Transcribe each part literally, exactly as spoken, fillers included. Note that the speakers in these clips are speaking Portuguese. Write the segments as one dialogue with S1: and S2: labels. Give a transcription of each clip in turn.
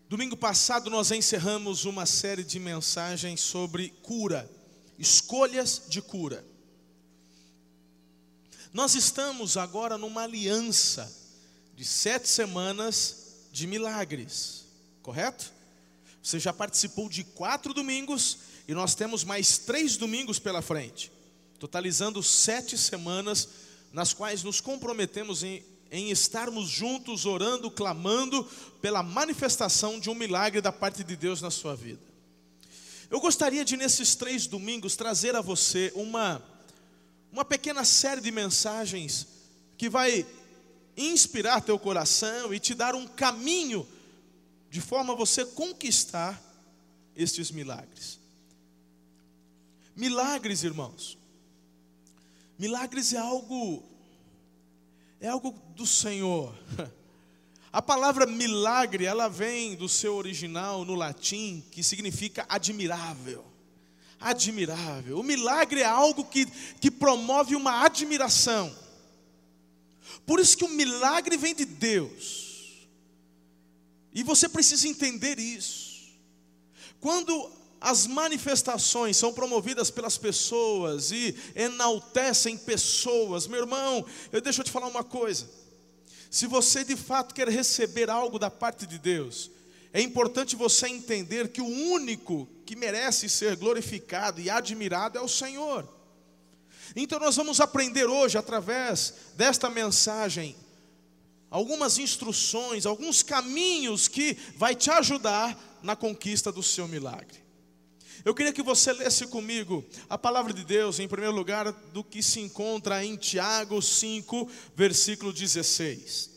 S1: Domingo passado nós encerramos uma série de mensagens sobre cura, escolhas de cura. Nós estamos agora numa aliança de sete semanas de milagres, correto? Você já participou de quatro domingos e nós temos mais três domingos pela frente, totalizando sete semanas nas quais nos comprometemos em em estarmos juntos, orando, clamando pela manifestação de um milagre da parte de Deus na sua vida. Eu gostaria de, nesses três domingos, trazer a você uma, uma pequena série de mensagens que vai inspirar teu coração e te dar um caminho de forma a você conquistar estes milagres. Milagres, irmãos, milagres é algo... É algo do Senhor. A palavra milagre, ela vem do seu original no latim, que significa admirável. Admirável. O milagre é algo que, que promove uma admiração. Por isso que o milagre vem de Deus. E você precisa entender isso. Quando as manifestações são promovidas pelas pessoas e enaltecem pessoas, meu irmão, eu deixo eu te falar uma coisa. Se você de fato quer receber algo da parte de Deus, é importante você entender que o único que merece ser glorificado e admirado é o Senhor. Então nós vamos aprender hoje, através desta mensagem, algumas instruções, alguns caminhos que vai te ajudar na conquista do seu milagre. Eu queria que você lesse comigo a palavra de Deus, em primeiro lugar, do que se encontra em Tiago cinco, versículo dezesseis.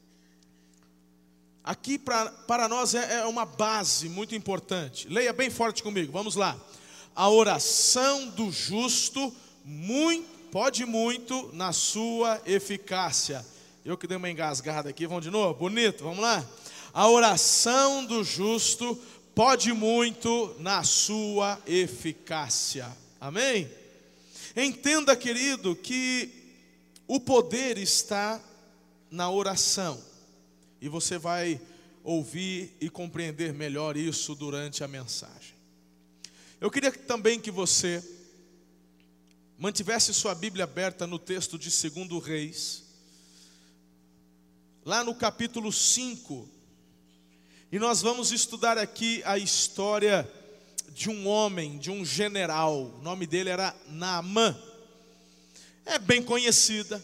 S1: Aqui pra, para nós é, é uma base muito importante. Leia bem forte comigo, vamos lá. A oração do justo muito, pode muito na sua eficácia. Eu que dei uma engasgada aqui, vamos de novo? Bonito, vamos lá? A oração do justo pode muito na sua eficácia. Amém? Entenda, querido, que o poder está na oração. E você vai ouvir e compreender melhor isso durante a mensagem. Eu queria também que você mantivesse sua Bíblia aberta no texto de Segundo Reis, lá no capítulo cinco. E nós vamos estudar aqui a história de um homem, de um general. O nome dele era Naamã. É bem conhecida.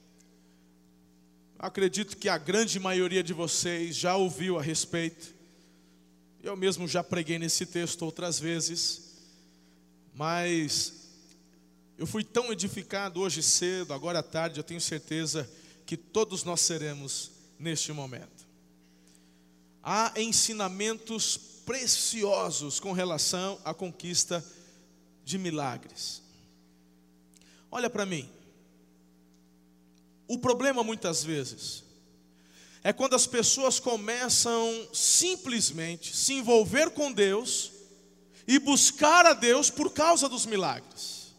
S1: Acredito que a grande maioria de vocês já ouviu a respeito. Eu mesmo já preguei nesse texto outras vezes. Mas eu fui tão edificado hoje cedo, agora à tarde, eu tenho certeza que todos nós seremos neste momento. Há ensinamentos preciosos com relação à conquista de milagres. Olha para mim. O problema muitas vezes é quando as pessoas começam simplesmente se envolver com Deus e buscar a Deus por causa dos milagres.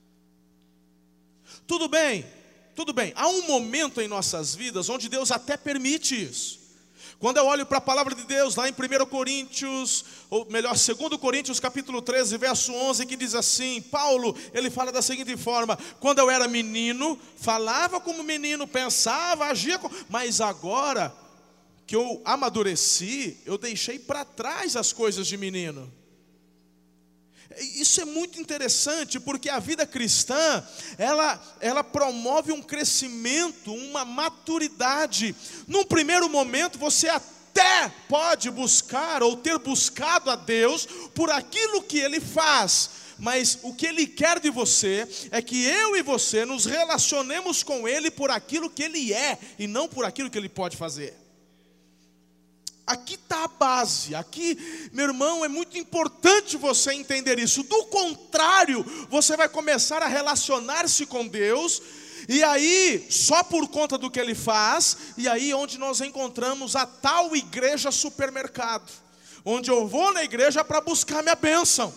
S1: Tudo bem, tudo bem. Há um momento em nossas vidas onde Deus até permite isso. Quando eu olho para a palavra de Deus, lá em primeiro Coríntios, ou melhor, segundo Coríntios, capítulo treze, verso onze, que diz assim, Paulo, ele fala da seguinte forma: quando eu era menino, falava como menino, pensava, agia como... Mas agora que eu amadureci, eu deixei para trás as coisas de menino. Isso é muito interessante, porque a vida cristã, ela, ela promove um crescimento, uma maturidade. Num primeiro momento, você até pode buscar ou ter buscado a Deus por aquilo que Ele faz. Mas o que Ele quer de você é que eu e você nos relacionemos com Ele por aquilo que Ele é e não por aquilo que Ele pode fazer. Aqui está a base, aqui, meu irmão, é muito importante você entender isso. Do contrário, você vai começar a relacionar-se com Deus, e aí, só por conta do que Ele faz, e aí onde nós encontramos a tal igreja supermercado, onde eu vou na igreja para buscar minha bênção.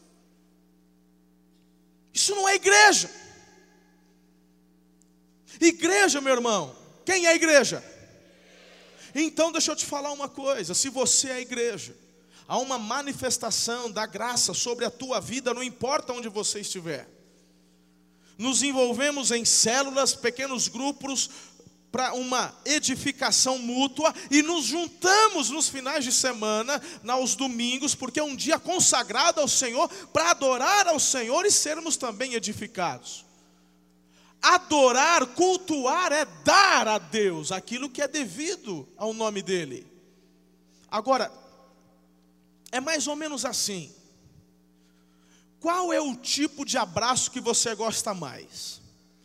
S1: Isso não é igreja. Igreja, meu irmão, quem é igreja? Então deixa eu te falar uma coisa, se você é a igreja, há uma manifestação da graça sobre a tua vida, não importa onde você estiver. Nos envolvemos em células, pequenos grupos, para uma edificação mútua, e nos juntamos nos finais de semana, aos domingos, porque é um dia consagrado ao Senhor, para adorar ao Senhor e sermos também edificados. Adorar, cultuar é dar a Deus aquilo que é devido ao nome dEle. Agora, é mais ou menos assim. Qual é o tipo de abraço que você gosta mais?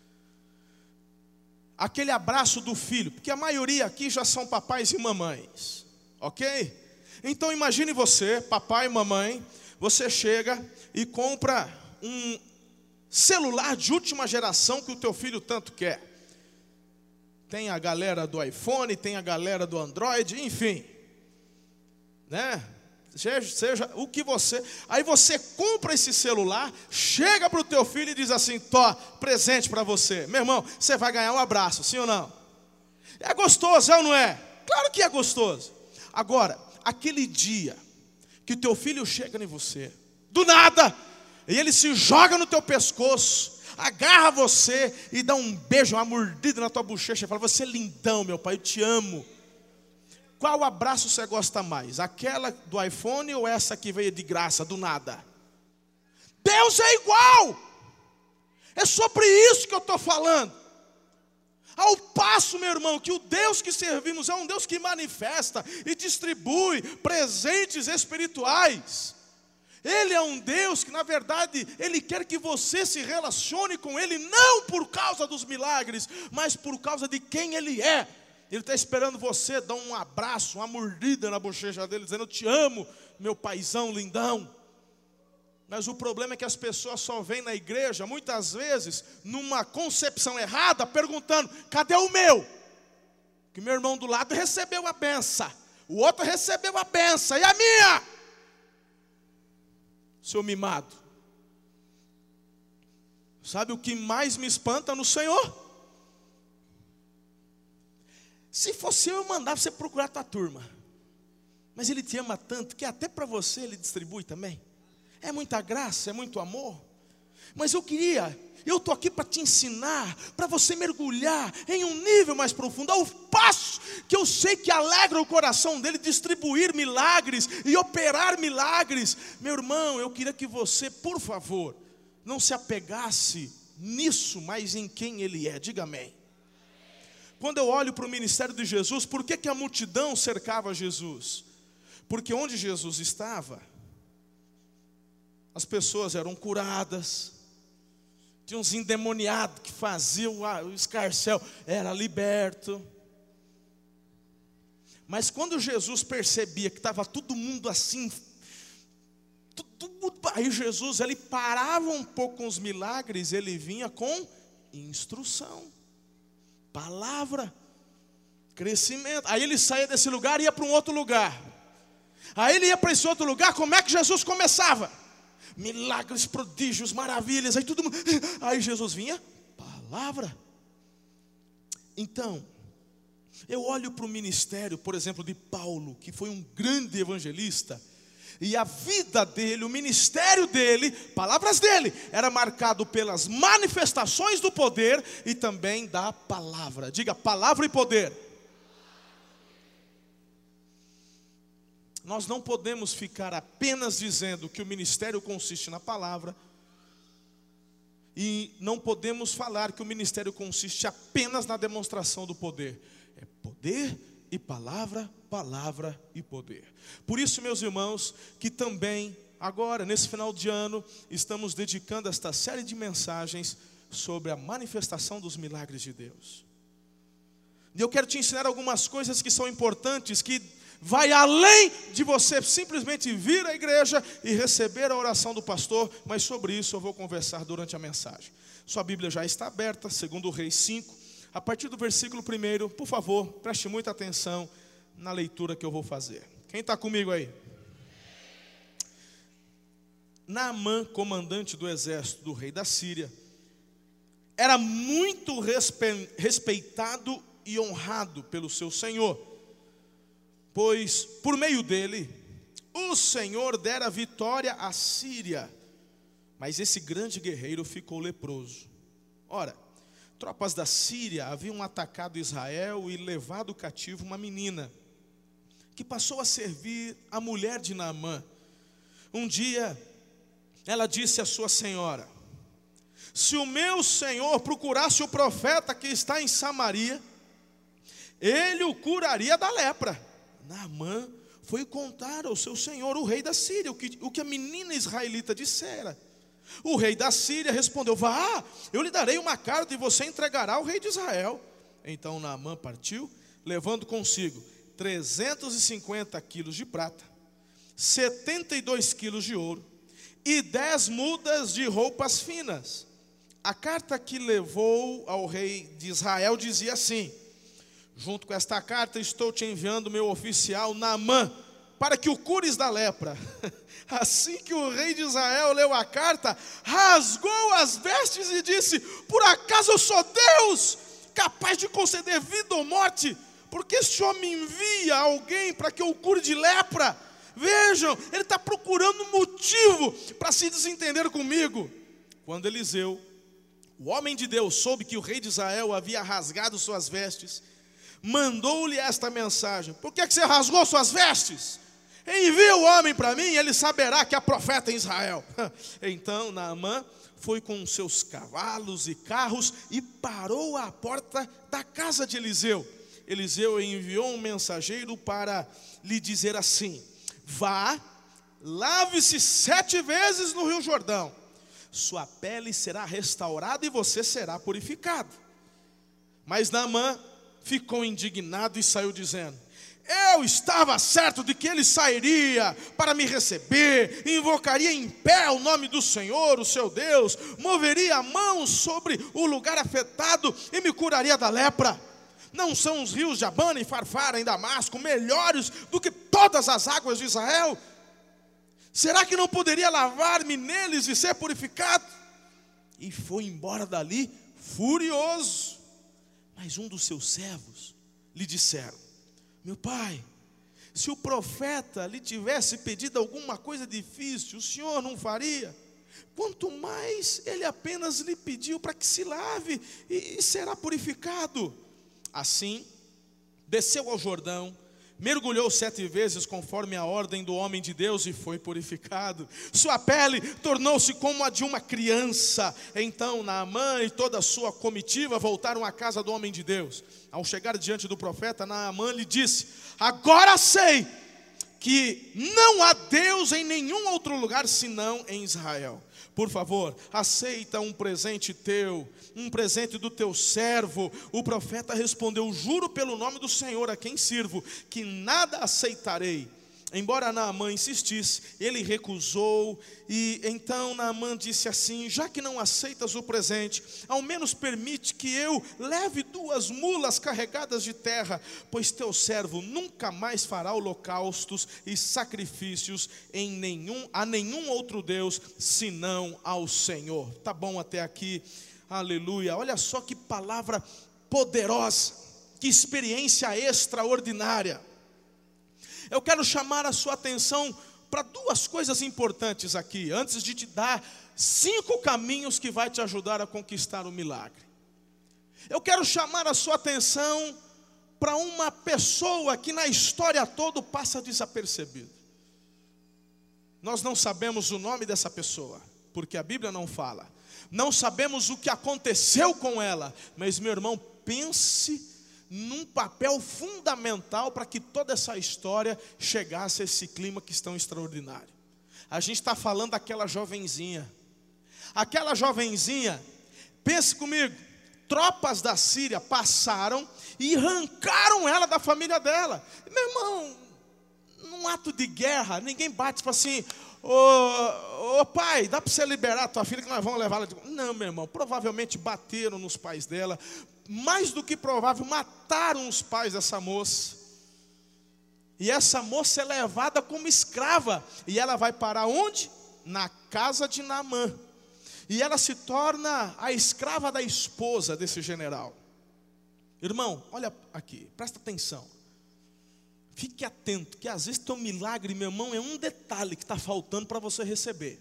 S1: Aquele abraço do filho, porque a maioria aqui já são papais e mamães, ok? Então imagine você, papai e mamãe, você chega e compra um celular de última geração que o teu filho tanto quer. Tem a galera do iPhone, tem a galera do Android, enfim, né? Seja, seja o que você... Aí você compra esse celular, chega para o teu filho e diz assim: tó, presente para você. Meu irmão, você vai ganhar um abraço, sim ou não? É gostoso, é ou não é? Claro que é gostoso. Agora, aquele dia que o teu filho chega em você, do nada, e ele se joga no teu pescoço, agarra você e dá um beijo, uma mordida na tua bochecha e fala: você é lindão, meu pai, eu te amo. Qual abraço você gosta mais? Aquela do iPhone ou essa que veio de graça, do nada? Deus é igual. É sobre isso que eu estou falando. Ao passo, meu irmão, que o Deus que servimos é um Deus que manifesta e distribui presentes espirituais. Ele é um Deus que, na verdade, Ele quer que você se relacione com Ele, não por causa dos milagres, mas por causa de quem Ele é. Ele está esperando você dar um abraço, uma mordida na bochecha dele, dizendo: eu te amo, meu paizão lindão. Mas o problema é que as pessoas só vêm na igreja, muitas vezes, numa concepção errada, perguntando: cadê o meu? Que meu irmão do lado recebeu a benção, o outro recebeu a benção, e a minha? Seu mimado. Sabe o que mais me espanta no Senhor? Se fosse eu, eu mandava você procurar a tua turma. Mas Ele te ama tanto que até para você Ele distribui também. É muita graça, é muito amor. Mas eu queria, eu estou aqui para te ensinar, para você mergulhar em um nível mais profundo, ao passo que eu sei que alegra o coração dele distribuir milagres e operar milagres. Meu irmão, eu queria que você, por favor, não se apegasse nisso, mas em quem Ele é. Diga amém. Quando eu olho para o ministério de Jesus, por que que a multidão cercava Jesus? Porque onde Jesus estava, as pessoas eram curadas, tinha uns endemoniados que faziam o escarcéu, era liberto. Mas quando Jesus percebia que estava todo mundo assim, tudo, aí Jesus, ele parava um pouco com os milagres, ele vinha com instrução. Palavra, crescimento. Aí ele saía desse lugar e ia para um outro lugar. Aí ele ia para esse outro lugar, como é que Jesus começava? Milagres, prodígios, maravilhas. Aí todo mundo, aí Jesus vinha, palavra. Então, eu olho para o ministério, por exemplo, de Paulo, que foi um grande evangelista. E a vida dele, o ministério dele, palavras dele, era marcado pelas manifestações do poder e também da palavra. Diga, palavra e poder. Nós não podemos ficar apenas dizendo que o ministério consiste na palavra, e não podemos falar que o ministério consiste apenas na demonstração do poder. É poder e palavra, palavra e poder. Por isso, meus irmãos, que também agora, nesse final de ano, estamos dedicando esta série de mensagens sobre a manifestação dos milagres de Deus. E eu quero te ensinar algumas coisas que são importantes, que vai além de você simplesmente vir à igreja e receber a oração do pastor, mas sobre isso eu vou conversar durante a mensagem. Sua Bíblia já está aberta, segundo Reis cinco. A partir do versículo primeiro, por favor, preste muita atenção na leitura que eu vou fazer. Quem está comigo aí? Naamã, comandante do exército do rei da Síria, era muito respeitado e honrado pelo seu senhor. pois por meio dele o Senhor dera vitória à Síria, mas esse grande guerreiro ficou leproso. Ora, tropas da Síria haviam atacado Israel e levado cativo uma menina, que passou a servir a mulher de Naamã. Um dia, ela disse à sua senhora: se o meu senhor procurasse o profeta que está em Samaria, ele o curaria da lepra. Naamã foi contar ao seu senhor, o rei da Síria, o que, o que a menina israelita dissera. O rei da Síria respondeu: vá, eu lhe darei uma carta e você entregará ao rei de Israel. Então Naamã partiu, levando consigo trezentos e cinquenta quilos de prata, setenta e dois quilos de ouro e dez mudas de roupas finas. A carta que levou ao rei de Israel dizia assim: junto com esta carta estou te enviando meu oficial Naamã, para que o cures da lepra. Assim que o rei de Israel leu a carta, rasgou as vestes e disse: por acaso eu sou Deus, capaz de conceder vida ou morte? Porque este homem envia alguém para que eu o cure de lepra. Vejam, ele está procurando motivo para se desentender comigo. Quando Eliseu, o homem de Deus, soube que o rei de Israel havia rasgado suas vestes, mandou-lhe esta mensagem: por que, que você rasgou suas vestes? Envia o homem para mim, e ele saberá que há profeta em Israel. Então Naamã foi com seus cavalos e carros e parou à porta da casa de Eliseu. Eliseu enviou um mensageiro para lhe dizer assim: vá, lave-se sete vezes no rio Jordão, sua pele será restaurada e você será purificado. Mas Naamã ficou indignado e saiu dizendo: eu estava certo de que ele sairia para me receber, invocaria em pé o nome do Senhor, o seu Deus, moveria a mão sobre o lugar afetado e me curaria da lepra. Não são os rios de Abana e Farfara em Damasco melhores do que todas as águas de Israel? Será que não poderia lavar-me neles e ser purificado? E foi embora dali furioso. Mas um dos seus servos lhe disseram: meu pai, se o profeta lhe tivesse pedido alguma coisa difícil, o senhor não faria? Quanto mais ele apenas lhe pediu para que se lave e será purificado. Assim, desceu ao Jordão, mergulhou sete vezes conforme a ordem do homem de Deus e foi purificado. Sua pele tornou-se como a de uma criança. Então Naamã e toda a sua comitiva voltaram à casa do homem de Deus. Ao chegar diante do profeta, Naamã lhe disse: agora sei que não há Deus em nenhum outro lugar senão em Israel. Por favor, aceita um presente teu, um presente do teu servo. O profeta respondeu: juro pelo nome do Senhor a quem sirvo, que nada aceitarei. Embora Naamã insistisse, ele recusou. E então Naamã disse assim: já que não aceitas o presente, ao menos permite que eu leve duas mulas carregadas de terra, pois teu servo nunca mais fará holocaustos e sacrifícios em nenhum, a nenhum outro Deus, senão ao Senhor. Tá bom até aqui, aleluia. Olha só que palavra poderosa, que experiência extraordinária. Eu quero chamar a sua atenção para duas coisas importantes aqui, antes de te dar cinco caminhos que vai te ajudar a conquistar o milagre. Eu quero chamar a sua atenção para uma pessoa que na história toda passa desapercebida. Nós não sabemos o nome dessa pessoa, porque a Bíblia não fala. Não sabemos o que aconteceu com ela, mas meu irmão, pense num papel fundamental para que toda essa história chegasse a esse clima que tão extraordinário. A gente está falando daquela jovenzinha. Aquela jovenzinha, pense comigo, tropas da Síria passaram e arrancaram ela da família dela. Meu irmão, num ato de guerra, ninguém bate e fala assim: ô, ô pai, dá para você liberar a tua filha que nós vamos levar ela de... Não, meu irmão, provavelmente bateram nos pais dela. Mais do que provável, mataram os pais dessa moça. E essa moça é levada como escrava. E ela vai para onde? Na casa de Naamã. E ela se torna a escrava da esposa desse general. Irmão, olha aqui, presta atenção. Fique atento, que às vezes teu milagre, meu irmão, é um detalhe que está faltando para você receber.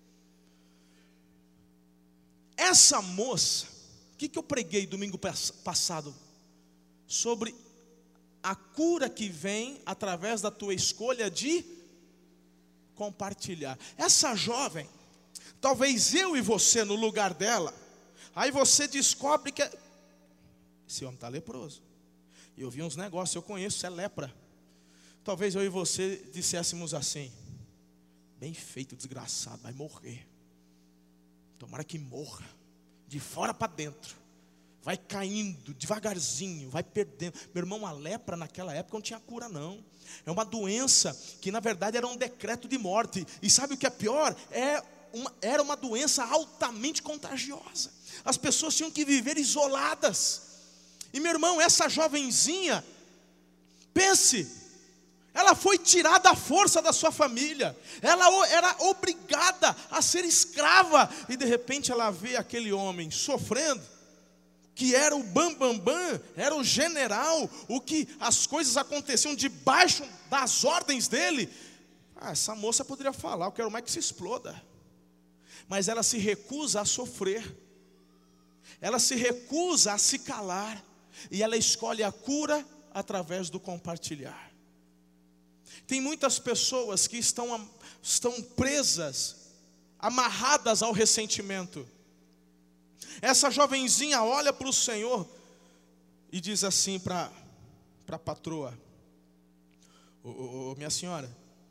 S1: Essa moça, o que, que eu preguei domingo passado? Sobre a cura que vem através da tua escolha de compartilhar. Essa jovem, talvez eu e você no lugar dela, aí você descobre que esse homem está leproso. E eu vi uns negócios, eu conheço, isso é lepra. Talvez eu e você disséssemos assim: bem feito, desgraçado, vai morrer. Tomara que morra, de fora para dentro. Vai caindo devagarzinho, vai perdendo. Meu irmão, a lepra naquela época não tinha cura não. É uma doença que na verdade era um decreto de morte. E sabe o que é pior? É uma, era uma doença altamente contagiosa. As pessoas tinham que viver isoladas. E meu irmão, essa jovenzinha, pense, ela foi tirada à força da sua família. Ela era obrigada a ser escrava. E de repente ela vê aquele homem sofrendo, que era o bambambam, bam, bam, era o general, o que as coisas aconteciam debaixo das ordens dele. Ah, essa moça poderia falar: eu quero mais que se exploda. Mas ela se recusa a sofrer. Ela se recusa a se calar. E ela escolhe a cura através do compartilhar. Tem muitas pessoas que estão, estão presas, amarradas ao ressentimento. Essa jovenzinha olha para o Senhor e diz assim para a patroa: ô, ô, ô, minha senhora,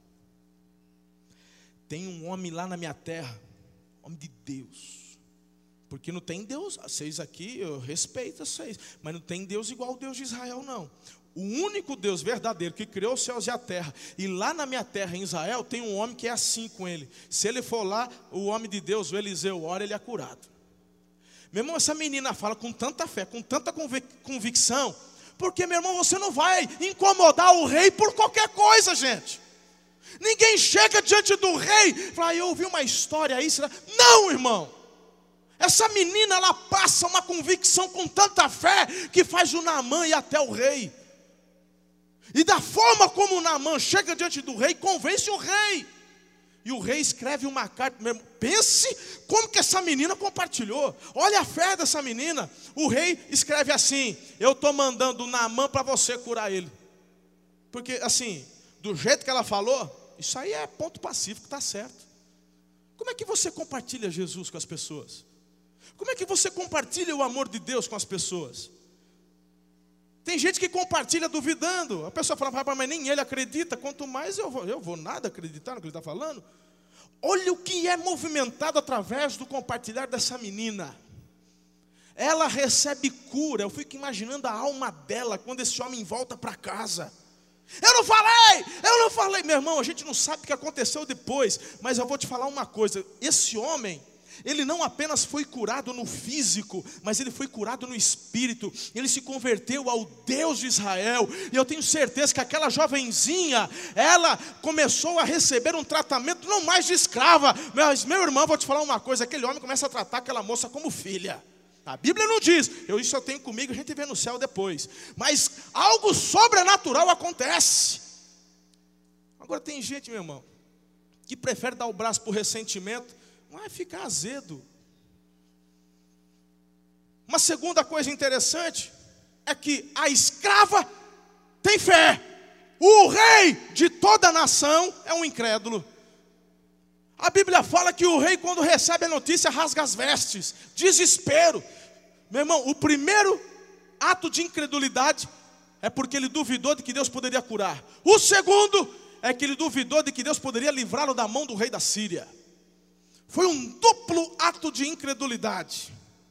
S1: tem um homem lá na minha terra, homem de Deus. Porque não tem Deus, vocês aqui, eu respeito vocês, mas não tem Deus igual o Deus de Israel não. O único Deus verdadeiro que criou os céus e a terra. E lá na minha terra, em Israel, tem um homem que é assim com ele. Se ele for lá, o homem de Deus, o Eliseu, ora, ele é curado. Meu irmão, essa menina fala com tanta fé, com tanta convic- convicção. Porque, meu irmão, você não vai incomodar o rei por qualquer coisa, gente. Ninguém chega diante do rei e fala: ah, eu ouvi uma história aí. Será? Não, irmão. Essa menina, ela passa uma convicção com tanta fé, que faz o Naamã ir até o rei. E da forma como o Naamã chega diante do rei, convence o rei. E o rei escreve uma carta. Pense como que essa menina compartilhou. Olha a fé dessa menina. O rei escreve assim: eu estou mandando o Naamã para você curar ele. Porque assim, do jeito que ela falou, isso aí é ponto pacífico, está certo. Como é que você compartilha Jesus com as pessoas? Como é que você compartilha o amor de Deus com as pessoas? Tem gente que compartilha duvidando. A pessoa fala: mas nem ele acredita. Quanto mais eu vou, eu vou nada acreditar no que ele está falando. Olha o que é movimentado através do compartilhar dessa menina. Ela recebe cura. Eu fico imaginando a alma dela quando esse homem volta para casa. Eu não falei, eu não falei. Meu irmão, a gente não sabe o que aconteceu depois. Mas eu vou te falar uma coisa. Esse homem, ele não apenas foi curado no físico, mas ele foi curado no espírito. Ele se converteu ao Deus de Israel. E eu tenho certeza que aquela jovenzinha, ela começou a receber um tratamento não mais de escrava. Mas, meu irmão, vou te falar uma coisa: aquele homem começa a tratar aquela moça como filha. A Bíblia não diz, eu, isso eu tenho comigo, a gente vê no céu depois. Mas algo sobrenatural acontece. Agora tem gente, meu irmão, que prefere dar o braço para o ressentimento. Vai ficar azedo. Uma segunda coisa interessante é que a escrava tem fé. O rei de toda a nação é um incrédulo. A Bíblia fala que o rei, quando recebe a notícia, rasga as vestes. Desespero. Meu irmão, o primeiro ato de incredulidade é porque ele duvidou de que Deus poderia curar. O segundo é que ele duvidou de que Deus poderia livrá-lo da mão do rei da Síria. Foi um duplo ato de incredulidade.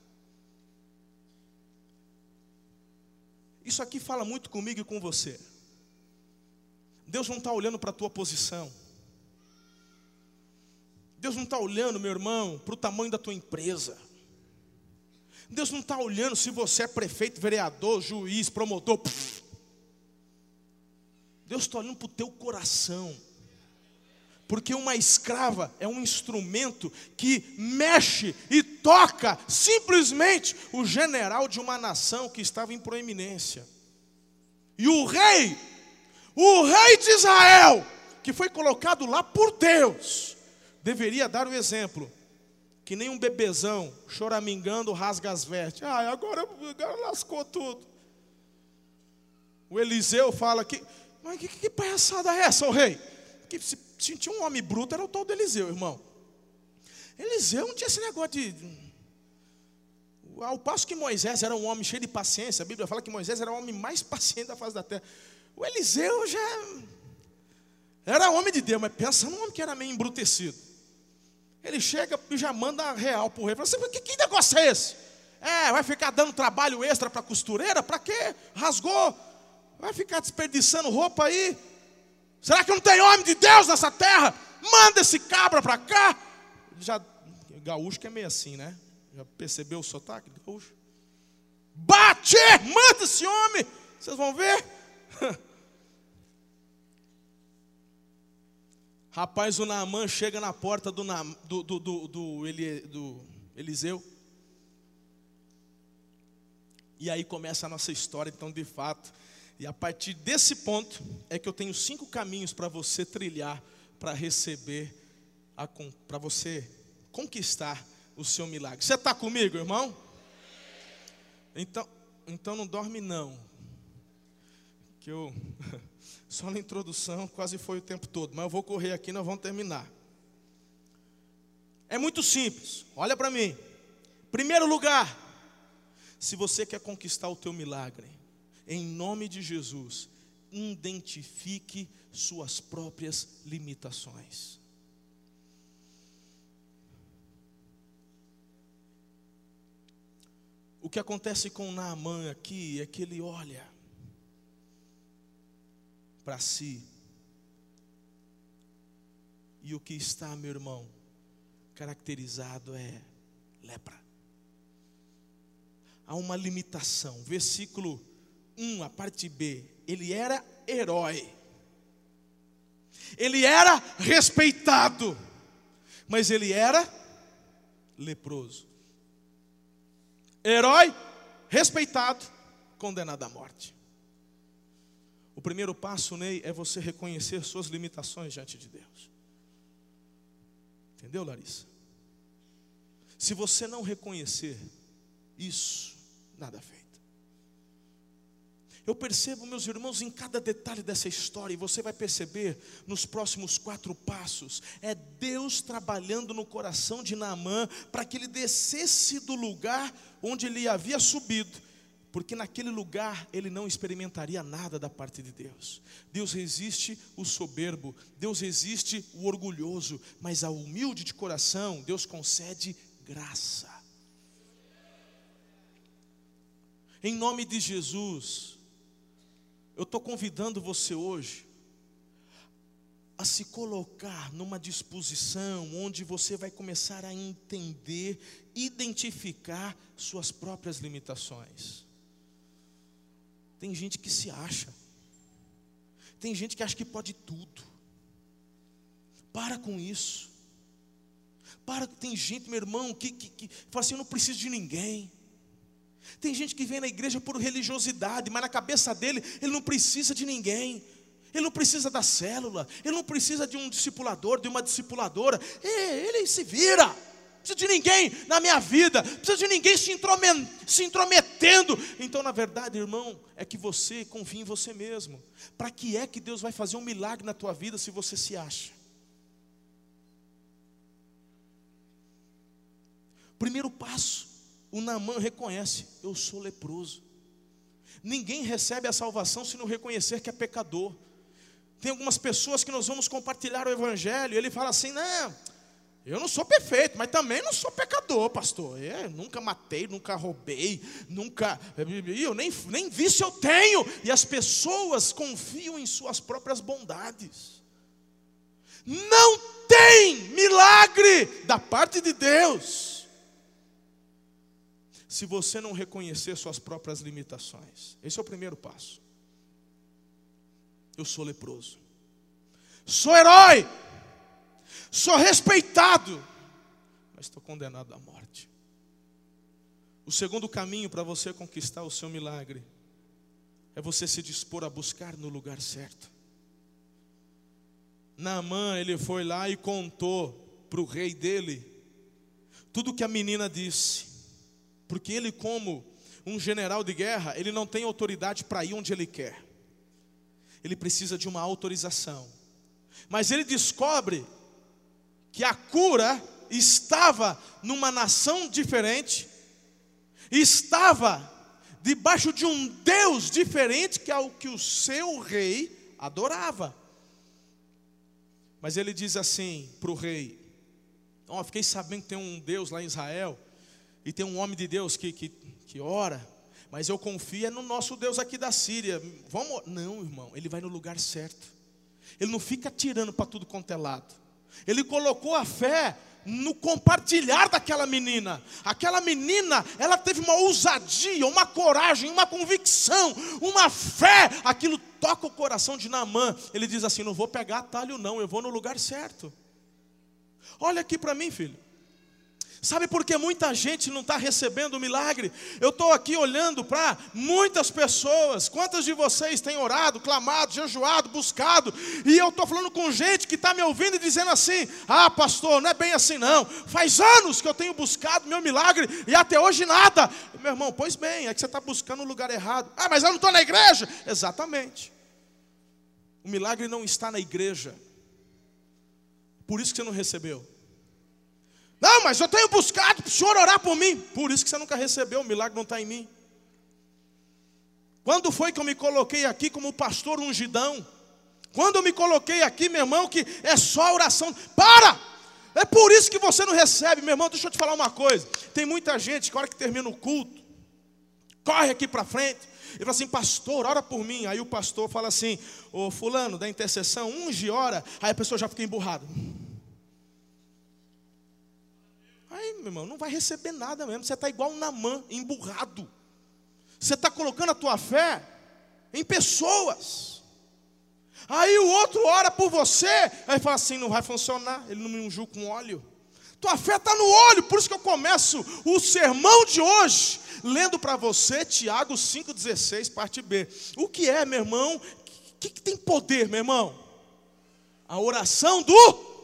S1: Isso aqui fala muito comigo e com você. Deus não está olhando para a tua posição. Deus não está olhando, meu irmão, para o tamanho da tua empresa. Deus não está olhando se você é prefeito, vereador, juiz, promotor. Pff. Deus está olhando para o teu coração. Porque uma escrava é um instrumento que mexe e toca simplesmente o general de uma nação que estava em proeminência. E o rei, O rei de Israel, que foi colocado lá por Deus, deveria dar o exemplo. Que nem um bebezão, choramingando, rasga as vestes. Ah, agora, agora lascou tudo. O Eliseu fala que, mas que, que palhaçada é essa, o rei? Que se, se tinha um homem bruto, era o tal do Eliseu, irmão. Eliseu não tinha esse negócio de... Ao passo que Moisés era um homem cheio de paciência, a Bíblia fala que Moisés era o homem mais paciente da face da terra. O Eliseu já era homem de Deus, mas pensa num homem que era meio embrutecido. Ele chega e já manda real para o rei. Fala assim, que, que negócio é esse? É, vai ficar dando trabalho extra para a costureira? Para quê? Rasgou. Vai ficar desperdiçando roupa aí? Será que não tem homem de Deus nessa terra? Manda esse cabra para cá. Já, gaúcho que é meio assim, né? Já percebeu o sotaque de gaúcho? Bate! Manda esse homem! Vocês vão ver? Rapaz, o Naamã chega na porta do, do, do, do, do, Eli, do Eliseu. E aí começa a nossa história, então, de fato. E a partir desse ponto, é que eu tenho cinco caminhos para você trilhar, para receber, para você conquistar o seu milagre. Você está comigo, irmão? Então, então não dorme não. Que eu... Só na introdução, quase foi o tempo todo. Mas eu vou correr aqui e nós vamos terminar. É muito simples. Olha para mim. Primeiro lugar, se você quer conquistar o teu milagre, em nome de Jesus, identifique suas próprias limitações. O que acontece com o Naamã aqui é que ele olha para si. E o que está, meu irmão, caracterizado é lepra. Há uma limitação. Versículo um, a parte B. Ele era herói. Ele era respeitado. Mas ele era leproso. Herói, respeitado, condenado à morte. O primeiro passo, Ney, é você reconhecer suas limitações diante de Deus. Entendeu, Larissa? Se você não reconhecer isso, nada feito. Eu percebo, meus irmãos, em cada detalhe dessa história, e você vai perceber nos próximos quatro passos, é Deus trabalhando no coração de Naamã, para que ele descesse do lugar onde ele havia subido, porque naquele lugar ele não experimentaria nada da parte de Deus. Deus resiste o soberbo, Deus resiste o orgulhoso, mas ao humilde de coração, Deus concede graça. Em nome de Jesus, eu estou convidando você hoje a se colocar numa disposição onde você vai começar a entender, identificar suas próprias limitações. Tem gente que se acha, tem gente que acha que pode tudo. Para com isso. Para, tem gente, meu irmão, que, que, que fala assim, eu não preciso de ninguém. Tem gente que vem na igreja por religiosidade, mas na cabeça dele, ele não precisa de ninguém. Ele não precisa da célula, ele não precisa de um discipulador, de uma discipuladora. Ele se vira. Não precisa de ninguém na minha vida, não precisa de ninguém se, intromet, se intrometendo. Então, na verdade, irmão, é que você confia em você mesmo. Para que é que Deus vai fazer um milagre na tua vida se você se acha? Primeiro passo, o Naamã reconhece, eu sou leproso. Ninguém recebe a salvação se não reconhecer que é pecador. Tem algumas pessoas que nós vamos compartilhar o evangelho, e ele fala assim, não, eu não sou perfeito, mas também não sou pecador, pastor. Eu nunca matei, nunca roubei, nunca, eu nem, nem vício eu tenho. E as pessoas confiam em suas próprias bondades. Não tem milagre da parte de Deus se você não reconhecer suas próprias limitações. Esse é o primeiro passo. Eu sou leproso, sou herói, sou respeitado, mas estou condenado à morte. O segundo caminho para você conquistar o seu milagre é você se dispor a buscar no lugar certo. Naamã, ele foi lá e contou para o rei dele tudo que a menina disse, porque ele, como um general de guerra, ele não tem autoridade para ir onde ele quer, ele precisa de uma autorização. Mas ele descobre que a cura estava numa nação diferente, estava debaixo de um Deus diferente, que é o que o seu rei adorava. Mas ele diz assim para o rei: ó, oh, fiquei sabendo que tem um Deus lá em Israel, e tem um homem de Deus que, que, que ora, mas eu confio é no nosso Deus aqui da Síria. Vamos? Não, irmão, ele vai no lugar certo. Ele não fica tirando para tudo quanto é lado. Ele colocou a fé no compartilhar daquela menina. Aquela menina, ela teve uma ousadia, uma coragem, uma convicção, uma fé. Aquilo toca o coração de Naamã. Ele diz assim: não vou pegar atalho não, eu vou no lugar certo. Olha aqui para mim, filho. Sabe por que muita gente não está recebendo o milagre? Eu estou aqui olhando para muitas pessoas. Quantas de vocês têm orado, clamado, jejuado, buscado? E eu estou falando com gente que está me ouvindo e dizendo assim: ah, pastor, não é bem assim não. Faz anos que eu tenho buscado meu milagre e até hoje nada. Meu irmão, pois bem, é que você está buscando o lugar errado. Ah, mas eu não estou na igreja. Exatamente. O milagre não está na igreja. Por isso que você não recebeu. Não, mas eu tenho buscado para o senhor orar por mim. Por isso que você nunca recebeu, o milagre não está em mim. Quando foi que eu me coloquei aqui como pastor ungidão? Quando eu me coloquei aqui, meu irmão, que é só oração. Para! É por isso que você não recebe, meu irmão. Deixa eu te falar uma coisa. Tem muita gente que a hora que termina o culto, corre aqui para frente e fala assim: pastor, ora por mim. Aí o pastor fala assim: ô fulano da intercessão, unge, ora. Aí a pessoa já fica emburrada. Aí, meu irmão, não vai receber nada mesmo. Você está igual um Naamã, emburrado. Você está colocando a tua fé em pessoas. Aí o outro ora por você, aí fala assim: não vai funcionar, ele não me ungiu com óleo. Tua fé está no óleo. Por isso que eu começo o sermão de hoje lendo para você Tiago cinco dezesseis, parte B. O que é, meu irmão? O que, que tem poder, meu irmão? A oração do...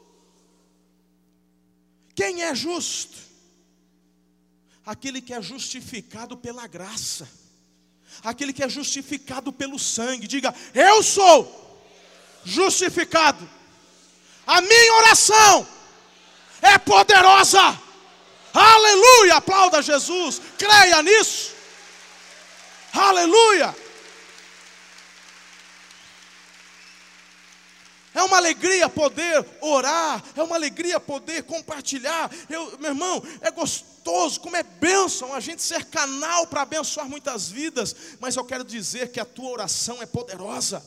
S1: Quem é justo? Aquele que é justificado pela graça. Aquele que é justificado pelo sangue. Diga: eu sou justificado. A minha oração é poderosa. Aleluia, aplauda Jesus. Creia nisso. Aleluia. É uma alegria poder orar, é uma alegria poder compartilhar. Eu, meu irmão, é gostoso, como é bênção a gente ser canal para abençoar muitas vidas. Mas eu quero dizer que a tua oração é poderosa.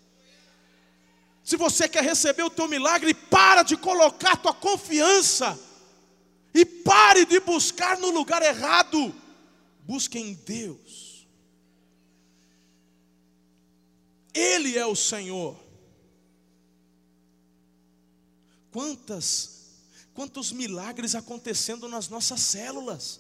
S1: Se você quer receber o teu milagre, para de colocar a tua confiança. E pare de buscar no lugar errado. Busque em Deus. Ele é o Senhor. Quantas, quantos milagres acontecendo nas nossas células.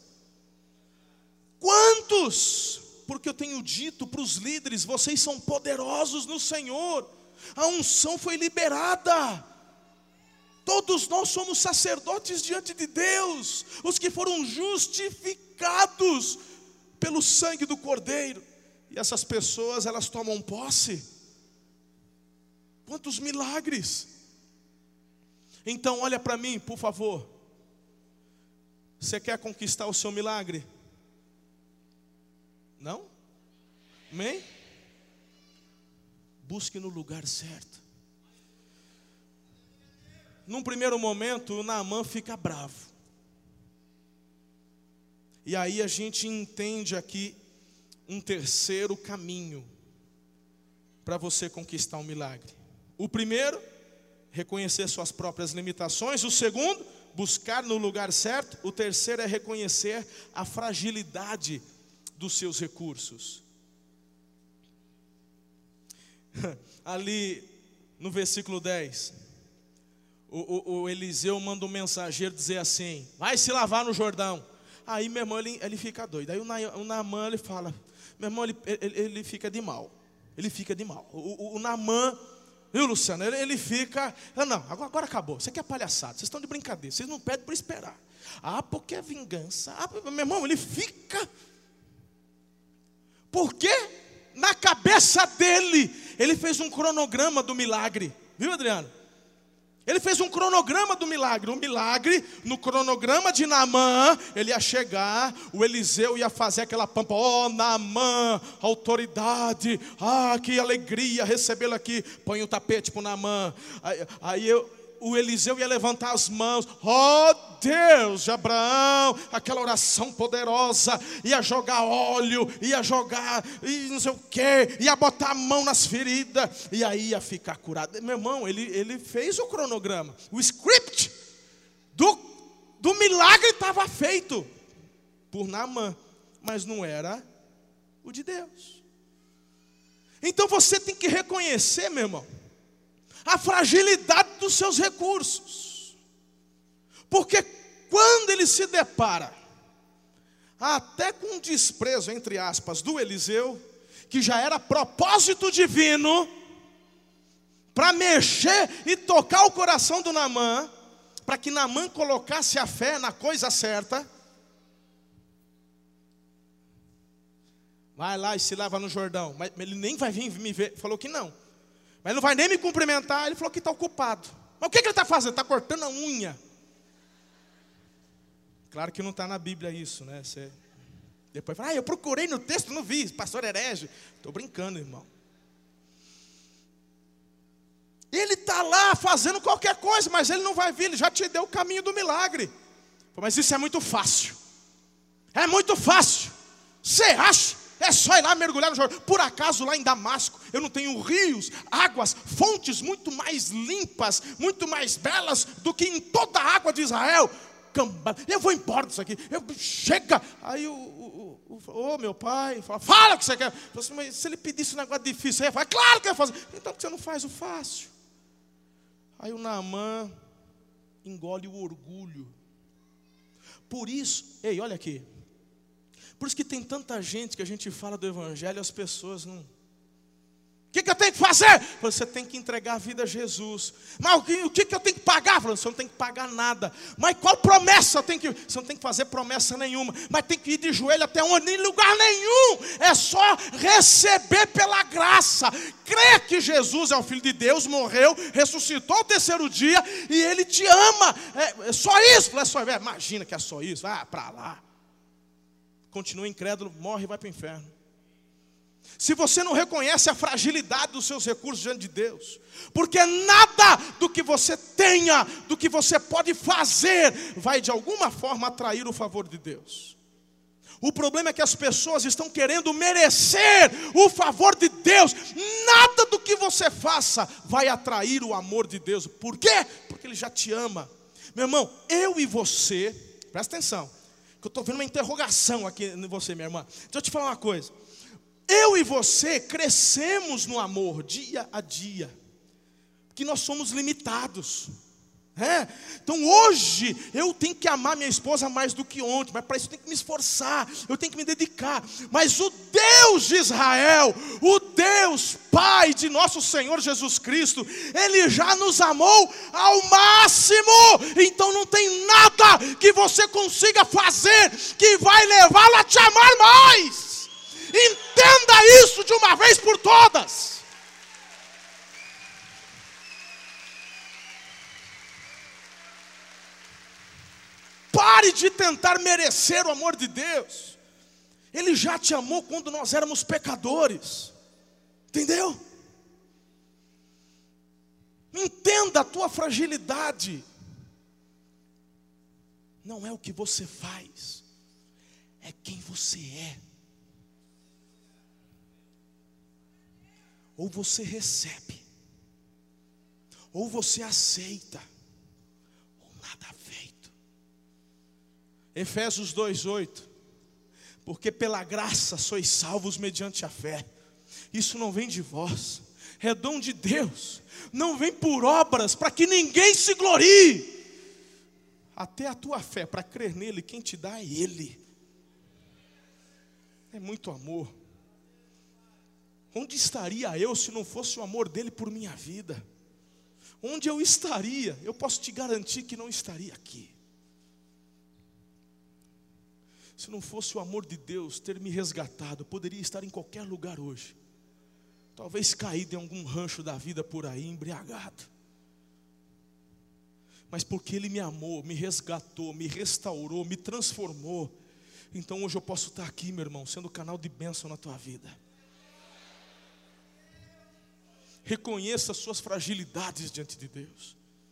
S1: Quantos? Porque eu tenho dito para os líderes: vocês são poderosos no Senhor. A unção foi liberada. Todos nós somos sacerdotes diante de Deus, os que foram justificados pelo sangue do Cordeiro. E essas pessoas, elas tomam posse. Quantos milagres! Então olha para mim, por favor. Você quer conquistar o seu milagre? Não? Amém? Busque no lugar certo. Num primeiro momento, o Naamã fica bravo. E aí a gente entende aqui um terceiro caminho para você conquistar um milagre. O primeiro, reconhecer suas próprias limitações. O segundo, buscar no lugar certo. O terceiro é reconhecer a fragilidade dos seus recursos. Ali no versículo dez, o, o, o Eliseu manda um mensageiro dizer assim: vai se lavar no Jordão. Aí meu irmão, ele, ele fica doido. Aí o, Na, o Naamã, ele fala, meu irmão, ele, ele, ele fica de mal. Ele fica de mal. O, o, o Naamã Viu, Luciano? Ele, ele fica... Ah, não, agora, agora acabou. Isso aqui é palhaçada. Vocês estão de brincadeira. Vocês não pedem para esperar. Ah, porque é vingança. Ah, meu irmão, ele fica... Porque na cabeça dele, ele fez um cronograma do milagre. Viu, Adriano? Ele fez um cronograma do milagre. O milagre, no cronograma de Naamã, ele ia chegar, o Eliseu ia fazer aquela pampa. Oh, Naamã, autoridade. Ah, que alegria recebê-lo aqui. Põe o tapete para o Naamã. Aí, aí eu... o Eliseu ia levantar as mãos. Oh Deus de Abraão, aquela oração poderosa, ia jogar óleo, ia jogar e não sei o que, ia botar a mão nas feridas, e aí ia ficar curado. Meu irmão, ele, ele fez o cronograma, o script do, do milagre estava feito por Naamã, mas não era o de Deus. Então você tem que reconhecer, meu irmão, a fragilidade dos seus recursos. Porque quando ele se depara, até com um desprezo, entre aspas, do Eliseu, que já era propósito divino, para mexer e tocar o coração do Naamã, para que Naamã colocasse a fé na coisa certa, vai lá e se lava no Jordão. Mas ele nem vai vir me ver, falou que não. Mas ele não vai nem me cumprimentar, ele falou que está ocupado. Mas o que, que ele está fazendo? Está cortando a unha. Claro que não está na Bíblia isso, né? Você... Depois fala, ah, eu procurei no texto, não vi, pastor herege. Estou brincando, irmão. Ele está lá fazendo qualquer coisa, mas ele não vai vir, ele já te deu o caminho do milagre. Mas isso é muito fácil. É muito fácil. Você acha? É só ir lá mergulhar no Jordão. Por acaso lá em Damasco eu não tenho rios, águas, fontes muito mais limpas, muito mais belas do que em toda a água de Israel? Eu vou embora disso aqui. Eu, chega. Aí o, o, o, o oh, meu pai fala, fala o que você quer. Eu assim, mas se ele pedisse um negócio difícil, você ia falar, claro que eu ia fazer. Então por que você não faz o fácil? Aí o Naamã engole o orgulho. Por isso, ei, olha aqui. Por isso que tem tanta gente que a gente fala do evangelho e as pessoas não... O que, que eu tenho que fazer? Você tem que entregar a vida a Jesus. Mas o que, o que, que eu tenho que pagar? Você não tem que pagar nada. Mas qual promessa eu tenho que... Você não tem que fazer promessa nenhuma. Mas tem que ir de joelho até onde? Em lugar nenhum. É só receber pela graça. Crer que Jesus é o Filho de Deus, morreu, ressuscitou ao terceiro dia e Ele te ama. É, é só isso. É só, é, imagina que é só isso. Vai para lá. Continua incrédulo, morre e vai para o inferno. Se você não reconhece a fragilidade dos seus recursos diante de Deus, porque nada do que você tenha, do que você pode fazer, vai de alguma forma atrair o favor de Deus. O problema é que as pessoas estão querendo merecer o favor de Deus. Nada do que você faça vai atrair o amor de Deus. Por quê? Porque Ele já te ama. Meu irmão, eu e você, presta atenção, que eu estou vendo uma interrogação aqui em você, minha irmã. Deixa eu te falar uma coisa. Eu e você crescemos no amor dia a dia, porque nós somos limitados. É? Então hoje eu tenho que amar minha esposa mais do que ontem, mas para isso eu tenho que me esforçar, eu tenho que me dedicar. Mas o Deus de Israel, o Deus Pai de nosso Senhor Jesus Cristo, Ele já nos amou ao máximo. Então não tem nada que você consiga fazer que vai levá-lo a te amar mais. Entenda isso de uma vez por todas. Pare de tentar merecer o amor de Deus. Ele já te amou quando nós éramos pecadores. Entendeu? Entenda a tua fragilidade. Não é o que você faz, é quem você é. Ou você recebe, ou você aceita, ou nada feito. Efésios dois, oito. Porque pela graça sois salvos mediante a fé. Isso não vem de vós, é dom de Deus. Não vem por obras, para que ninguém se glorie. Até a tua fé, para crer nele, quem te dá é Ele. É muito amor. Onde estaria eu se não fosse o amor dele por minha vida? Onde eu estaria? Eu posso te garantir que não estaria aqui. Se não fosse o amor de Deus ter me resgatado, eu poderia estar em qualquer lugar hoje. Talvez caído em algum rancho da vida por aí, embriagado. Mas porque Ele me amou, me resgatou, me restaurou, me transformou. Então hoje eu posso estar aqui, meu irmão, sendo canal de bênção na tua vida. Reconheça as suas fragilidades diante de Deus.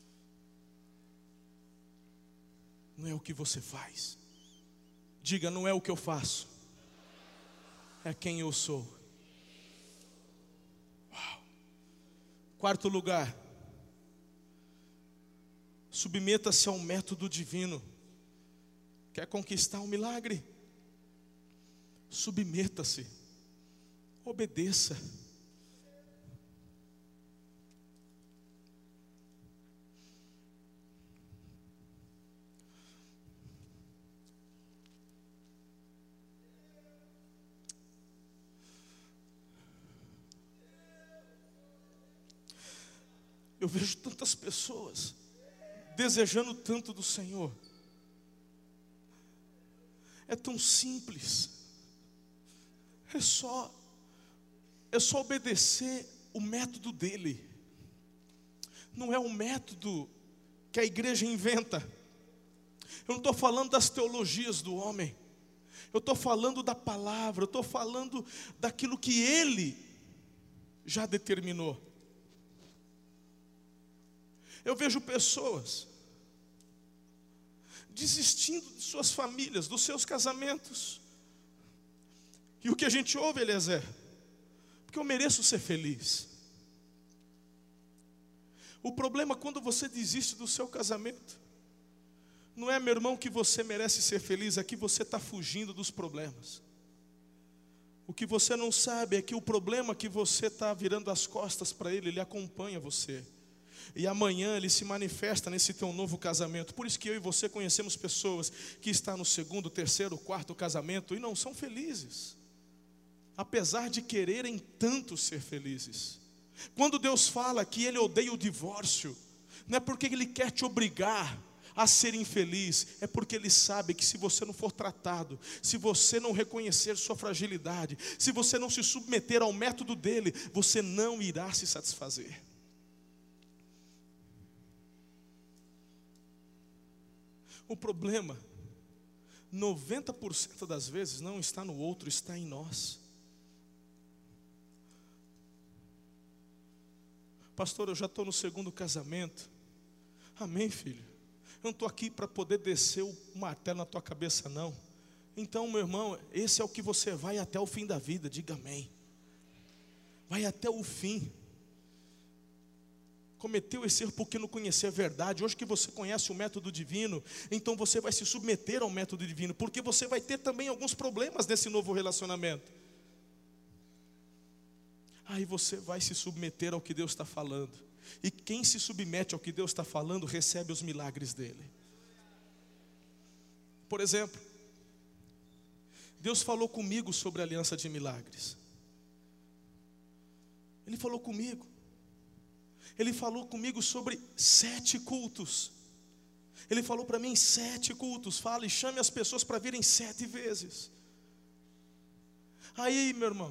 S1: Não é o que você faz. Diga, não é o que eu faço, é quem eu sou. Uau. Quarto lugar, submeta-se ao método divino. Quer conquistar um milagre? Submeta-se, obedeça. Eu vejo tantas pessoas desejando tanto do Senhor. É tão simples. É só é só obedecer o método dele. Não é um método que a igreja inventa. Eu não estou falando das teologias do homem. Eu estou falando da palavra. Eu estou falando daquilo que ele já determinou. Eu vejo pessoas desistindo de suas famílias, dos seus casamentos. E o que a gente ouve, Eliezer? Porque eu mereço ser feliz. O problema quando você desiste do seu casamento, não é, meu irmão, que você merece ser feliz, é que você está fugindo dos problemas. O que você não sabe é que o problema que você está virando as costas para ele, ele acompanha você. E amanhã ele se manifesta nesse teu novo casamento. Por isso que eu e você conhecemos pessoas que estão no segundo, terceiro, quarto casamento e não são felizes, apesar de quererem tanto ser felizes. Quando Deus fala que Ele odeia o divórcio, não é porque Ele quer te obrigar a ser infeliz, é porque Ele sabe que se você não for tratado, se você não reconhecer sua fragilidade, se você não se submeter ao método dEle, você não irá se satisfazer. O problema, noventa por cento das vezes, não está no outro, está em nós. Pastor, eu já estou no segundo casamento. Amém, filho? Eu não estou aqui para poder descer o martelo na tua cabeça, não. Então, meu irmão, esse é o que você vai até o fim da vida, diga amém. Vai até o fim. Cometeu esse erro porque não conhecia a verdade. Hoje que você conhece o método divino, então você vai se submeter ao método divino, porque você vai ter também alguns problemas nesse novo relacionamento. Aí você vai se submeter ao que Deus está falando. E quem se submete ao que Deus está falando, recebe os milagres dele. Por exemplo, Deus falou comigo sobre a aliança de milagres. Ele falou comigo. Ele falou comigo sobre sete cultos. Ele falou para mim sete cultos. Fala e chame as pessoas para virem sete vezes. Aí, meu irmão,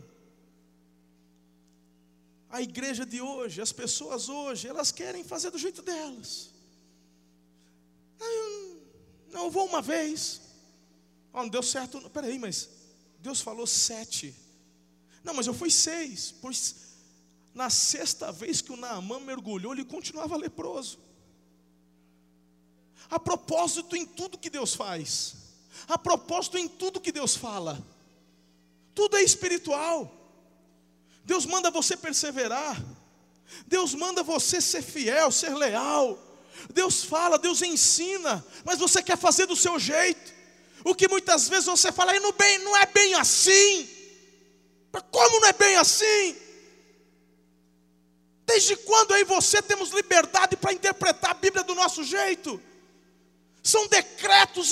S1: a igreja de hoje, as pessoas hoje, elas querem fazer do jeito delas. Não, não eu vou uma vez. Oh, não deu certo. Peraí, mas Deus falou sete. Não, mas eu fui seis. Pois na sexta vez que o Naamã mergulhou, ele continuava leproso. A propósito em tudo que Deus faz, a propósito em tudo que Deus fala, tudo é espiritual. Deus manda você perseverar, Deus manda você ser fiel, ser leal. Deus fala, Deus ensina, mas você quer fazer do seu jeito. O que muitas vezes você fala, não, bem, não é bem assim. Como não é bem assim? Desde quando eu e você temos liberdade para interpretar a Bíblia do nosso jeito? São decretos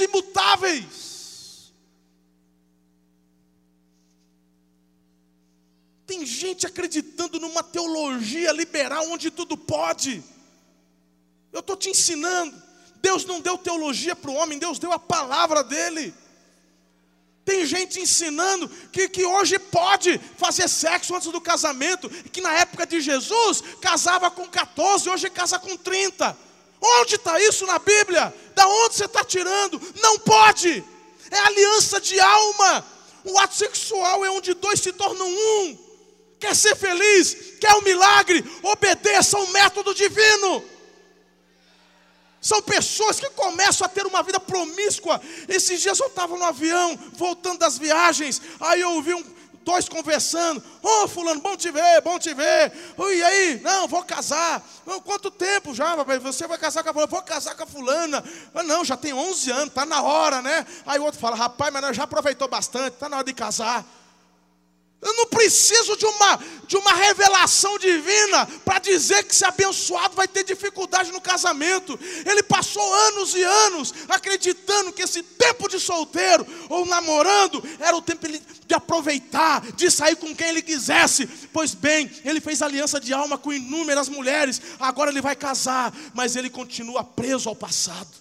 S1: imutáveis. Tem Tem gente acreditando numa teologia liberal onde tudo pode. Eu estou te ensinando. Deus não deu teologia para o homem, Deus deu a palavra dele. Tem gente ensinando que, que hoje pode fazer sexo antes do casamento, que na época de Jesus casava com quatorze, hoje casa com trinta. Onde está isso na Bíblia? Da onde você está tirando? Não pode. É aliança de alma. O ato sexual é onde dois se tornam um. Quer ser feliz? Quer um milagre? Obedeça ao método divino. São pessoas que começam a ter uma vida promíscua. Esses dias eu estava no avião, voltando das viagens. Aí eu ouvi um, dois conversando. Ô, oh, fulano, bom te ver, bom te ver. Oh, e aí? Não, vou casar. Oh, quanto tempo já, papai? Você vai casar com a fulana? Vou casar com a fulana. Ah, não, já tem onze anos, está na hora, né? Aí o outro fala, rapaz, mas já aproveitou bastante, está na hora de casar. Eu não preciso de uma, de uma revelação divina para dizer que esse abençoado vai ter dificuldade no casamento. Ele passou anos e anos acreditando que esse tempo de solteiro ou namorando era o tempo de aproveitar, de sair com quem ele quisesse. Pois bem, ele fez aliança de alma com inúmeras mulheres. Agora ele vai casar, mas ele continua preso ao passado.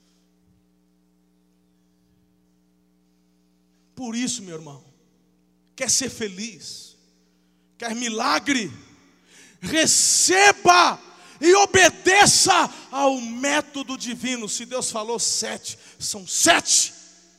S1: Por isso, meu irmão, quer ser feliz, quer milagre, receba e obedeça ao método divino. Se Deus falou sete, são sete.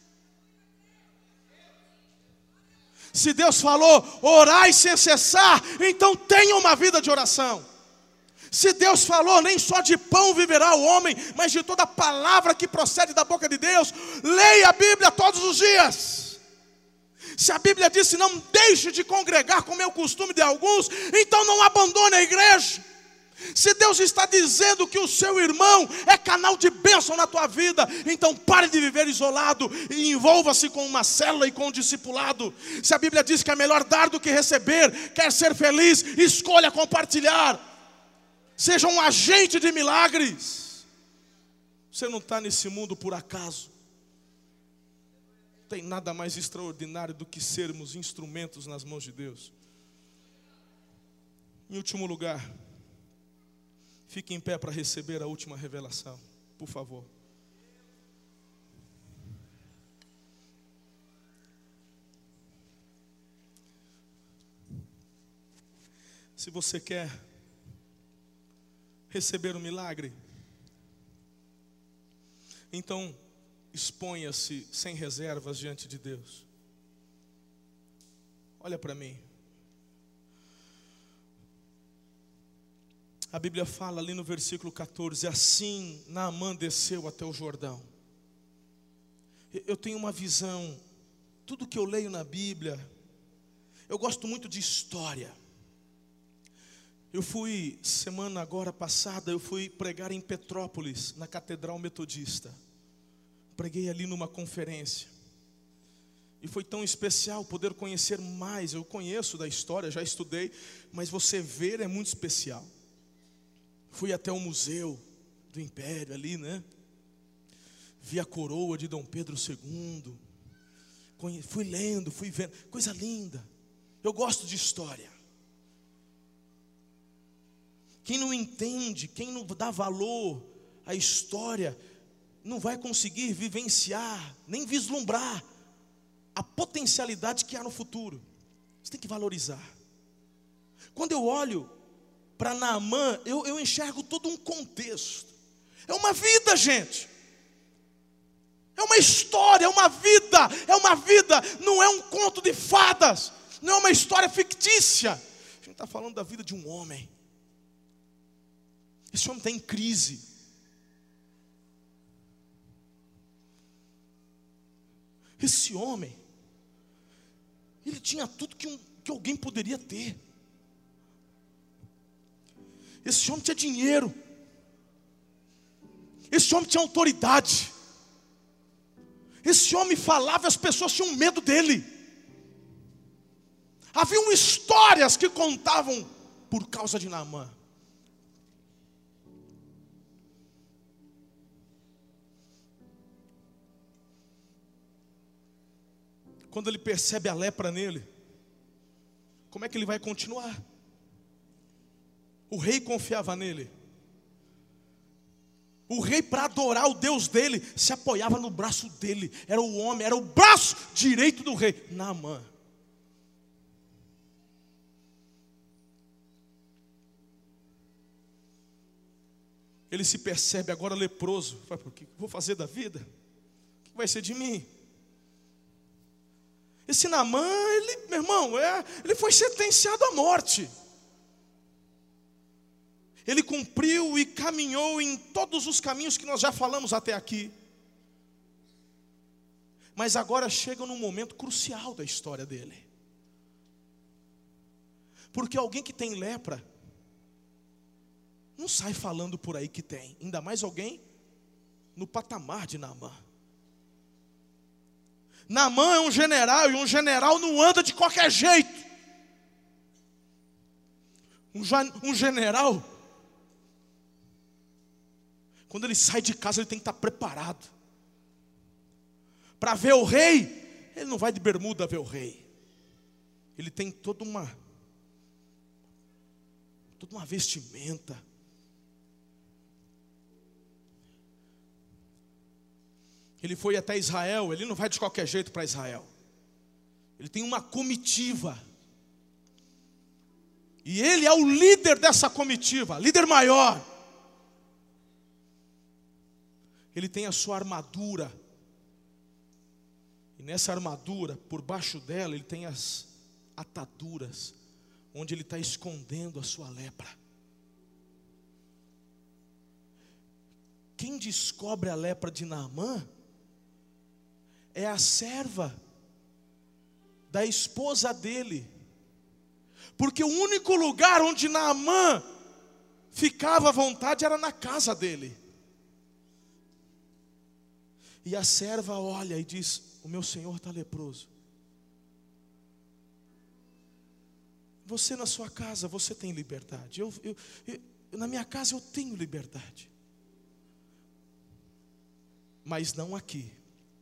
S1: Se Deus falou orai sem cessar, então tenha uma vida de oração. Se Deus falou nem só de pão viverá o homem, mas de toda palavra que procede da boca de Deus, leia a Bíblia todos os dias. Se a Bíblia disse não deixe de congregar como é o costume de alguns, então não abandone a igreja. Se Deus está dizendo que o seu irmão é canal de bênção na tua vida, então pare de viver isolado e envolva-se com uma célula e com um discipulado. Se a Bíblia diz que é melhor dar do que receber, quer ser feliz, escolha compartilhar. Seja um agente de milagres. Você não está nesse mundo por acaso. Tem nada mais extraordinário do que sermos instrumentos nas mãos de Deus. Em último lugar, fique em pé para receber a última revelação, por favor. Se você quer receber um milagre, então exponha-se sem reservas diante de Deus. Olha para mim. A Bíblia fala ali no versículo quatorze, assim Naamã desceu até o Jordão. Eu tenho uma visão, tudo que eu leio na Bíblia, eu gosto muito de história. Eu fui, semana agora passada, eu fui pregar em Petrópolis, na Catedral Metodista. Preguei ali numa conferência. E foi tão especial poder conhecer mais. Eu conheço da história, já estudei, mas você ver é muito especial. Fui até o museu do Império ali, né? Vi a coroa de Dom Pedro segundo. Fui lendo, fui vendo. Coisa linda. Eu gosto de história. Quem não entende, quem não dá valor à história, não vai conseguir vivenciar, nem vislumbrar a potencialidade que há no futuro. Você tem que valorizar. Quando eu olho para Naamã, eu, eu enxergo todo um contexto. É uma vida, gente. É uma história, é uma vida. É uma vida, não é um conto de fadas. Não é uma história fictícia. A gente está falando da vida de um homem. Esse homem está em crise. Esse homem, ele tinha tudo que, um, que alguém poderia ter. Esse homem tinha dinheiro. Esse homem tinha autoridade. Esse homem falava e as pessoas tinham medo dele. Haviam histórias que contavam por causa de Naamã. Quando ele percebe a lepra nele, como é que ele vai continuar? O rei confiava nele. O rei, para adorar o Deus dele, se apoiava no braço dele. Era o homem, era o braço direito do rei, Naamã. Ele se percebe agora leproso. Fala, o que eu vou fazer da vida? O que vai ser de mim? Esse Naamã, ele, meu irmão, é, ele foi sentenciado à morte. Ele cumpriu e caminhou em todos os caminhos que nós já falamos até aqui. Mas agora chega num momento crucial da história dele. Porque alguém que tem lepra não sai falando por aí que tem. Ainda mais alguém no patamar de Naamã. Naamã é um general, e um general não anda de qualquer jeito. Um, um general, quando ele sai de casa, ele tem que estar preparado. Para ver o rei, ele não vai de bermuda ver o rei. Ele tem toda uma, toda uma vestimenta. Ele foi até Israel, ele não vai de qualquer jeito para Israel. Ele tem uma comitiva. E ele é o líder dessa comitiva, líder maior. Ele tem a sua armadura. E nessa armadura, por baixo dela, ele tem as ataduras, onde ele está escondendo a sua lepra. Quem descobre a lepra de Naamã é a serva da esposa dele. Porque o único lugar onde Naamã ficava à vontade era na casa dele. E a serva olha e diz: o meu senhor está leproso. Você na sua casa, você tem liberdade. Eu, eu, eu, na minha casa eu tenho liberdade. Mas não aqui.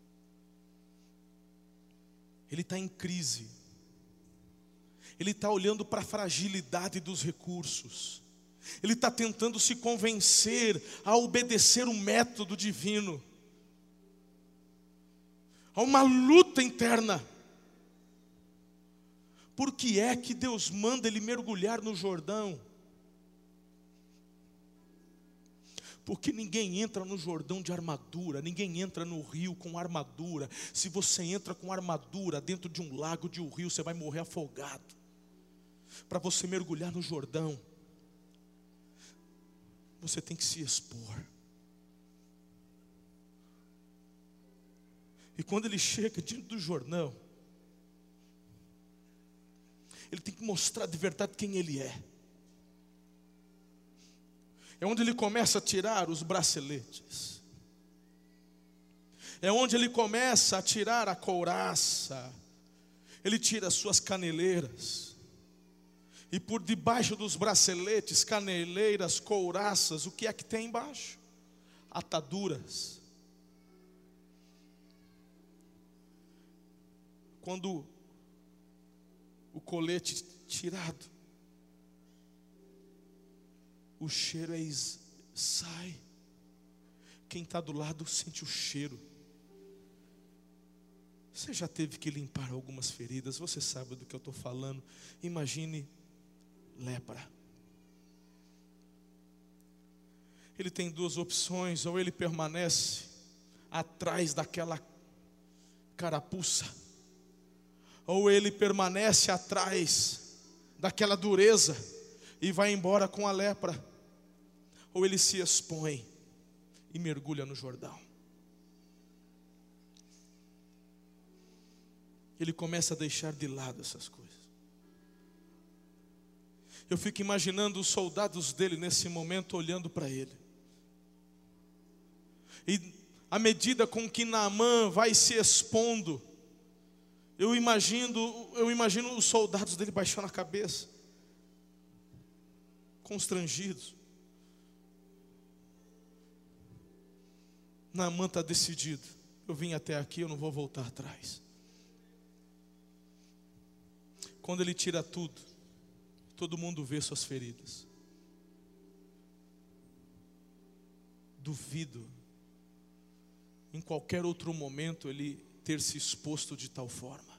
S1: Ele está em crise. Ele está olhando para a fragilidade dos recursos. Ele está tentando se convencer a obedecer o método divino. Há uma luta interna. Por que é que Deus manda ele mergulhar no Jordão? Porque ninguém entra no Jordão de armadura, ninguém entra no rio com armadura. Se você entra com armadura dentro de um lago, de um rio, você vai morrer afogado. Para você mergulhar no Jordão, você tem que se expor. E quando ele chega diante do Jordão, ele tem que mostrar de verdade quem ele é. É onde ele começa a tirar os braceletes. É onde ele começa a tirar a couraça. Ele tira as suas caneleiras. E por debaixo dos braceletes, caneleiras, couraças, o que é que tem embaixo? Ataduras. Quando o colete tirado, o cheiro é sai. Quem está do lado sente o cheiro. Você já teve que limpar algumas feridas, você sabe do que eu estou falando. Imagine lepra. Ele tem duas opções: ou ele permanece atrás daquela carapuça, ou ele permanece atrás daquela dureza e vai embora com a lepra. Ou ele se expõe e mergulha no Jordão. Ele começa a deixar de lado essas coisas. Eu fico imaginando os soldados dele nesse momento olhando para ele. E à medida com que Naamã vai se expondo, eu imagino, eu imagino os soldados dele baixando a cabeça, constrangidos. Naamã está decidido: eu vim até aqui, eu não vou voltar atrás. quando Ele tira tudo, todo mundo vê suas feridas. Duvido, em qualquer outro momento, Ele ter se exposto de tal forma.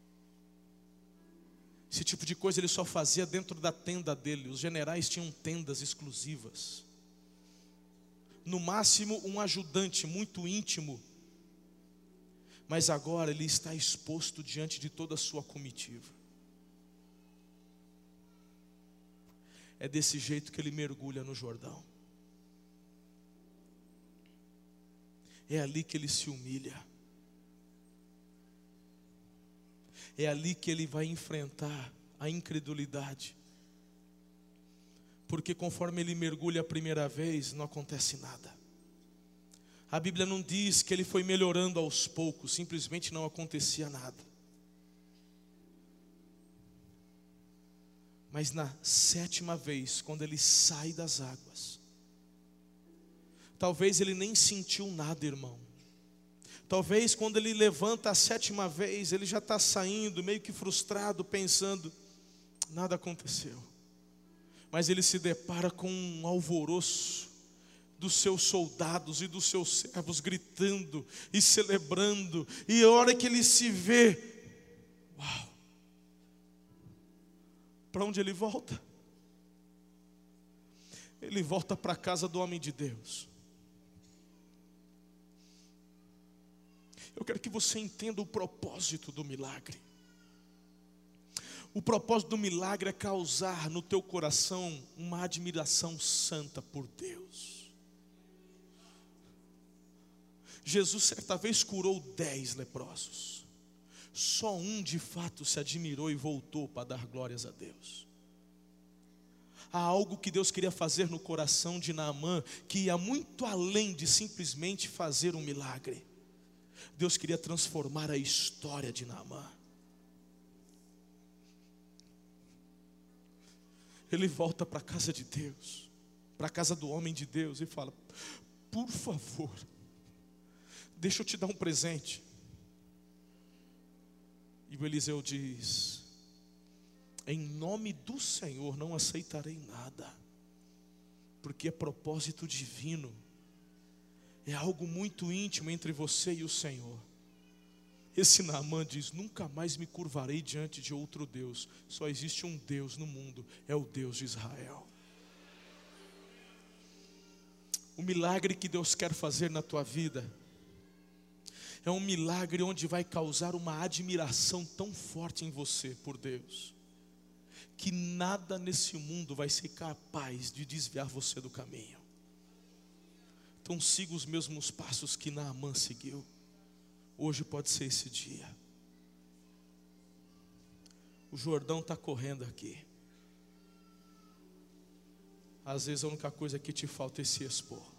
S1: Esse tipo de coisa Ele só fazia dentro da tenda dele. Os generais tinham tendas exclusivas. No máximo um ajudante muito íntimo. Mas agora Ele está exposto diante de toda a sua comitiva. É desse jeito que Ele mergulha no Jordão. É ali que Ele se humilha. É ali que Ele vai enfrentar a incredulidade. Porque conforme Ele mergulha a primeira vez, não acontece nada. A Bíblia não diz que Ele foi melhorando aos poucos, simplesmente não acontecia nada. Mas na sétima vez, quando Ele sai das águas, talvez Ele nem sentiu nada, irmão. Talvez quando Ele levanta a sétima vez, Ele já está saindo meio que frustrado, pensando, nada aconteceu. Mas Ele se depara com um alvoroço dos seus soldados e dos seus servos gritando e celebrando. E a hora que Ele se vê, uau! Para onde Ele volta? Ele volta para a casa do homem de Deus. Eu quero que você entenda o propósito do milagre. O propósito do milagre é causar no teu coração uma admiração santa por Deus. Jesus certa vez curou dez leprosos. Só um de fato se admirou e voltou para dar glórias a Deus. Há algo que Deus queria fazer no coração de Naamã, que ia muito além de simplesmente fazer um milagre. Deus queria transformar a história de Naamã. Ele volta para a casa de Deus, para a casa do homem de Deus e fala, por favor, deixa eu te dar um presente. E o Eliseu diz, em nome do Senhor não aceitarei nada, porque é propósito divino. É algo muito íntimo entre você e o Senhor. Esse Naamã diz, nunca mais me curvarei diante de outro Deus. Só existe um Deus no mundo, é o Deus de Israel. O milagre que Deus quer fazer na tua vida é um milagre onde vai causar uma admiração tão forte em você por Deus, que nada nesse mundo vai ser capaz de desviar você do caminho. Então siga os mesmos passos que Naamã seguiu. Hoje pode ser esse dia. O Jordão está correndo aqui. Às vezes a única coisa que te falta é se expor.